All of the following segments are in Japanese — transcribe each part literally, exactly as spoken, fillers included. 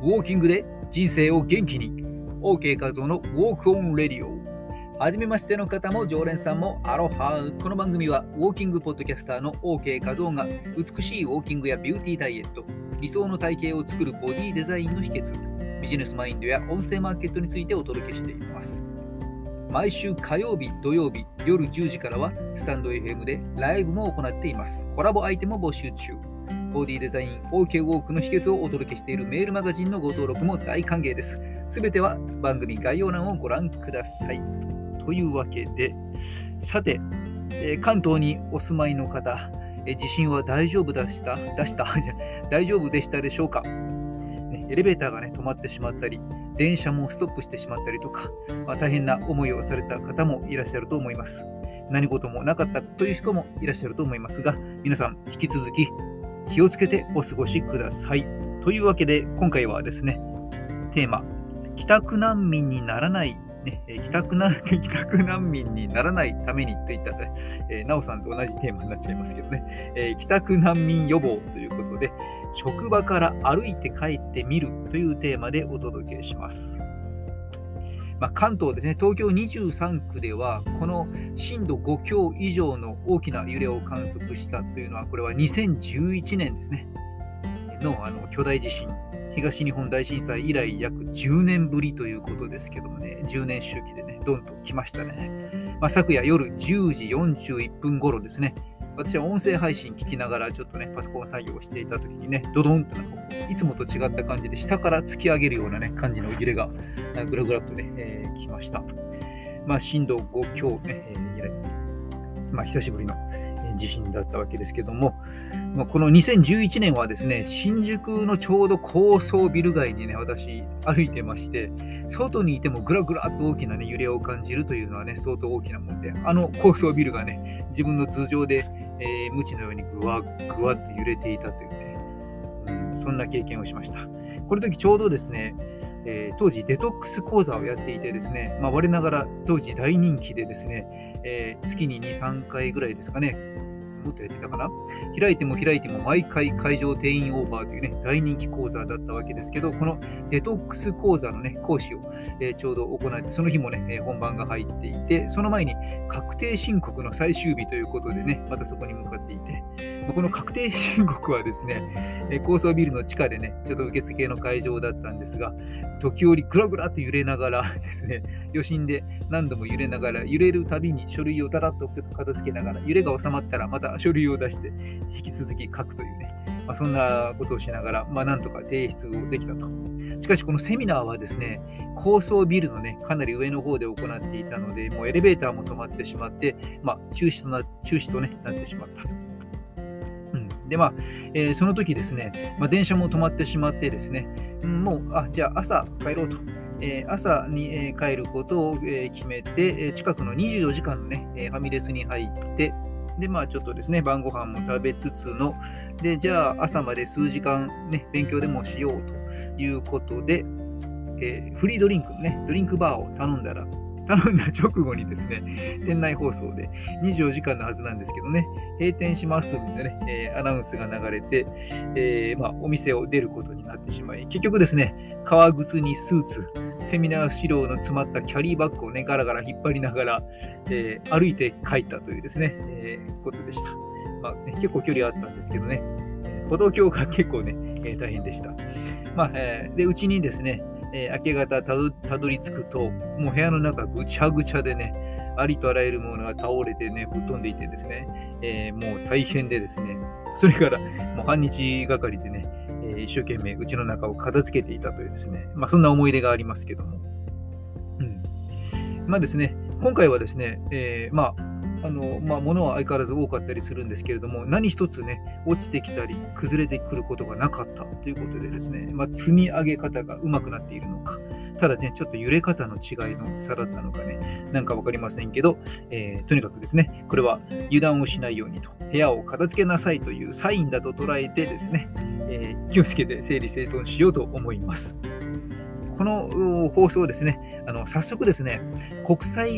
ウォーキングで人生を元気に OK 画像のウォークオンレディオ。はじめましての方も常連さんもアロハ。この番組はウォーキングポッドキャスターの OK 画像が美しいウォーキングやビューティーダイエット、理想の体型を作るボディデザインの秘訣、ビジネスマインドや音声マーケットについてお届けしています。毎週火曜日、土曜日夜じゅうじからはスタンド エフエム でライブも行っています。コラボアイテムも募集中。ボディデザイン OK ウォークの秘訣をお届けしているメールマガジンのご登録も大歓迎です。すべては番組概要欄をご覧ください。というわけで、さて、えー、関東にお住まいの方、えー、地震は大丈夫でした出した大丈夫でしたでしょうか、ね、エレベーターが、ね、止まってしまったり、電車もストップしてしまったりとか、まあ、大変な思いをされた方もいらっしゃると思います。何事もなかったという人もいらっしゃると思いますが、皆さん引き続き気をつけてお過ごしください。というわけで、今回はですね、テーマ、帰宅難民にならないね、帰宅な帰宅難民にならないためにといったら、えー、なおさんと同じテーマになっちゃいますけどね、えー、帰宅難民予防ということで、職場から歩いて帰ってみるというテーマでお届けします。まあ、関東ですね、東京にじゅうさんくでは、この震度ごきょう以上の大きな揺れを観測したというのは、これはにせんじゅういちねんですね、の, あの巨大地震。東日本大震災以来約じゅうねんぶりということですけどもね、じゅうねん周期でね、ドンと来ましたね。まあ、昨夜夜じゅうじよんじゅういっぷん頃ですね、私は音声配信聞きながらちょっとね、パソコン作業をしていた時にね、ドドンとなんかいつもと違った感じで下から突き上げるようなね、感じの揺れがぐらぐらっとね、えー、来ました。まあ、震度ごきょう、ね、えー、以来、まあ、久しぶりの地震だったわけですけども、このにせんじゅういちねんはですね、新宿のちょうど高層ビル街にね、私歩いてまして、外にいてもぐらぐらっと大きな、ね、揺れを感じるというのはね、相当大きなもんで、あの高層ビルがね、自分の頭上で、えー、無知のようにぐわぐわっと揺れていたというね、うん、そんな経験をしました。この時ちょうどですね、えー、当時デトックス講座をやっていてですね、まあ、我ながら当時大人気でですね、えー、月にに、さんかいぐらいですかね、もっとやってたかな、開いても開いても毎回会場定員オーバーというね、大人気講座だったわけですけど、このデトックス講座のね、講師を、えー、ちょうど行って、その日もね、えー、本番が入っていて、その前に確定申告の最終日ということでね、またそこに向かっていて、この確定申告はですね、えー、高層ビルの地下でね、ちょっと受付の会場だったんですが、時折ぐらぐらと揺れながらですね、余震で何度も揺れながら、揺れるたびに書類をダダッとちょっと片付けながら、揺れが収まったらまた書類を出して引き続き書くというね、まあ、そんなことをしながら、まあ、なんとか提出をできたと。しかしこのセミナーはですね、高層ビルのね、かなり上の方で行っていたので、もうエレベーターも止まってしまって、まあ、中止とな、中止と、ね、なってしまった。でまあえー、その時ですね、まあ、電車も止まってしまってですね、うん、もうあじゃあ朝帰ろうと、えー、朝に、えー、帰ることを、えー、決めて、えー、近くのにじゅうよじかんの、ね、ファミレスに入って、でまあちょっとですね、晩ご飯も食べつつの、でじゃあ朝まで数時間、ね、勉強でもしようということで、えー、フリードリンクのね、ドリンクバーを頼んだら、頼んだ直後にですね、店内放送でにじゅうよじかんのはずなんですけどね、閉店しますんでね、えー、アナウンスが流れて、えーまあ、お店を出ることになってしまい、結局ですね、革靴にスーツ、セミナー資料の詰まったキャリーバッグをね、ガラガラ引っ張りながら、えー、歩いて帰ったというですね、えー、ことでした。まあね、結構距離あったんですけどね、歩道橋が結構ね、えー、大変でした。まあえー、で、うちにですね、えー、明け方た ど, たどり着くと、もう部屋の中ぐちゃぐちゃでね、ありとあらゆるものが倒れてね、ぶっ飛んでいてですね、えー、もう大変でですね、それからもう半日がかりでね、えー、一生懸命うちの中を片付けていたというですね、まあそんな思い出がありますけども。うん。まあですね、今回はですね、えー、まあ、あのまあ、物は相変わらず多かったりするんですけれども、何一つね、落ちてきたり、崩れてくることがなかったということでですね、まあ、積み上げ方がうまくなっているのか、ただね、ちょっと揺れ方の違いの差だったのかね、なんかわかりませんけど、えー、とにかくですね、これは油断をしないようにと、部屋を片付けなさいというサインだと捉えてですね、えー、気をつけて整理整頓しようと思います。この放送ですね、あの早速ですね、国際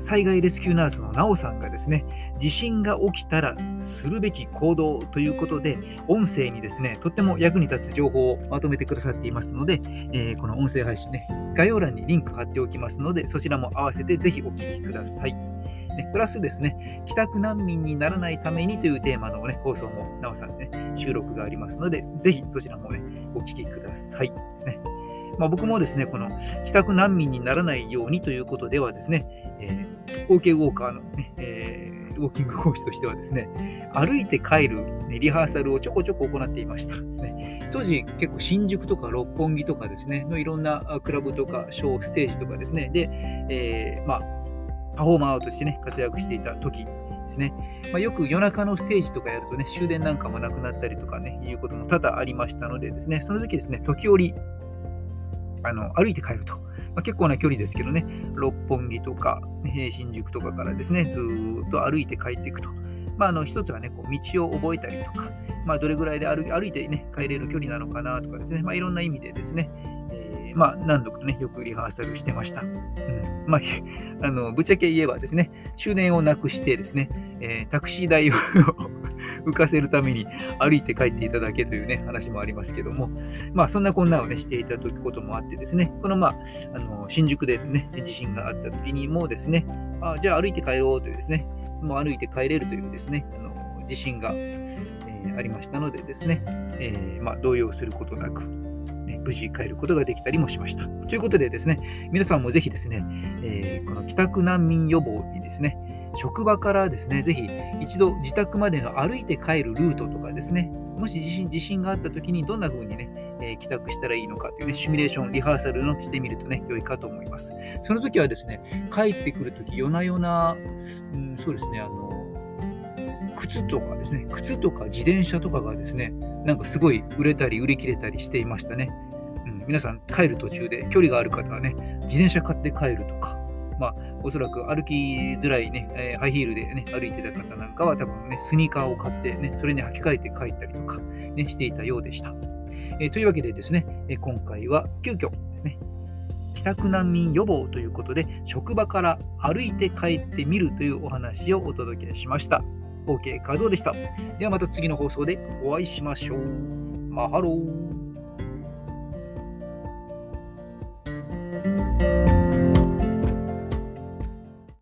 災害レスキューナースのなおさんがですね、地震が起きたらするべき行動ということで、音声にですね、とっても役に立つ情報をまとめてくださっていますので、えー、この音声配信ね、概要欄にリンク貼っておきますので、そちらも合わせてぜひお聞きください。ね、プラスですね、帰宅難民にならないためにというテーマの、ね、放送もなおさんね、収録がありますので、ぜひそちらもね、お聞きくださいですね。まあ、僕もですね、この帰宅難民にならないようにということではですね、えー、オーケー ウォーカーの、ねえー、ウォーキング講師としてはですね、歩いて帰る、ね、リハーサルをちょこちょこ行っていましたですね。当時結構新宿とか六本木とかですね、のいろんなクラブとかショーステージとかですね、で、えー、まあ、パフォーマーとしてね、活躍していた時ですね。まあ、よく夜中のステージとかやるとね、終電なんかもなくなったりとかね、いうことも多々ありましたのでですね、その時ですね、時折、あの歩いて帰ると、まあ、結構な距離ですけどね、六本木とか、ね、新宿とかからですね、ずーっと歩いて帰っていくと。まあ、あの一つはね、こう道を覚えたりとか、まあ、どれぐらいで歩歩いて、ね、帰れる距離なのかなとかですね、まあ、いろんな意味でですね、えーまあ、何度かね、よくリハーサルしてました。うんまあ、あのぶっちゃけ言えばですね、終電をなくしてですね、えー、タクシー代を浮かせるために歩いて帰っていただけというね、話もありますけども、まあ、そんなこんなをね、していただくこともあってですね、このまあ、あの新宿でね、地震があった時にもですね、あじゃあ歩いて帰ろうというですね、もう歩いて帰れるというですね、あの地震が、えー、ありましたのでですね、えーまあ、動揺することなく、ね、無事帰ることができたりもしました。ということでですね、皆さんもぜひですね、えー、この帰宅難民予防にですね、職場からですね、ぜひ一度自宅までの歩いて帰るルートとかですね、もし地震地震があった時にどんな風にね、えー、帰宅したらいいのかというね、シミュレーション、リハーサルのしてみるとね、良いかと思います。その時はですね、帰ってくる時、夜な夜な、うん、そうですね、あの、靴とかですね、靴とか自転車とかがですね、なんかすごい売れたり売り切れたりしていましたね。うん、皆さん帰る途中で距離がある方はね、自転車買って帰るとか、まあ、おそらく歩きづらいね、えー、ハイヒールでね、歩いてた方なんかは多分ね、スニーカーを買ってね、それに履き替えて帰ったりとか、ね、していたようでした。えー、というわけでですね、えー、今回は急遽ですね、帰宅難民予防ということで、職場から歩いて帰ってみるというお話をお届けしました。オーケー 画像でした。ではまた次の放送でお会いしましょう。マハロー。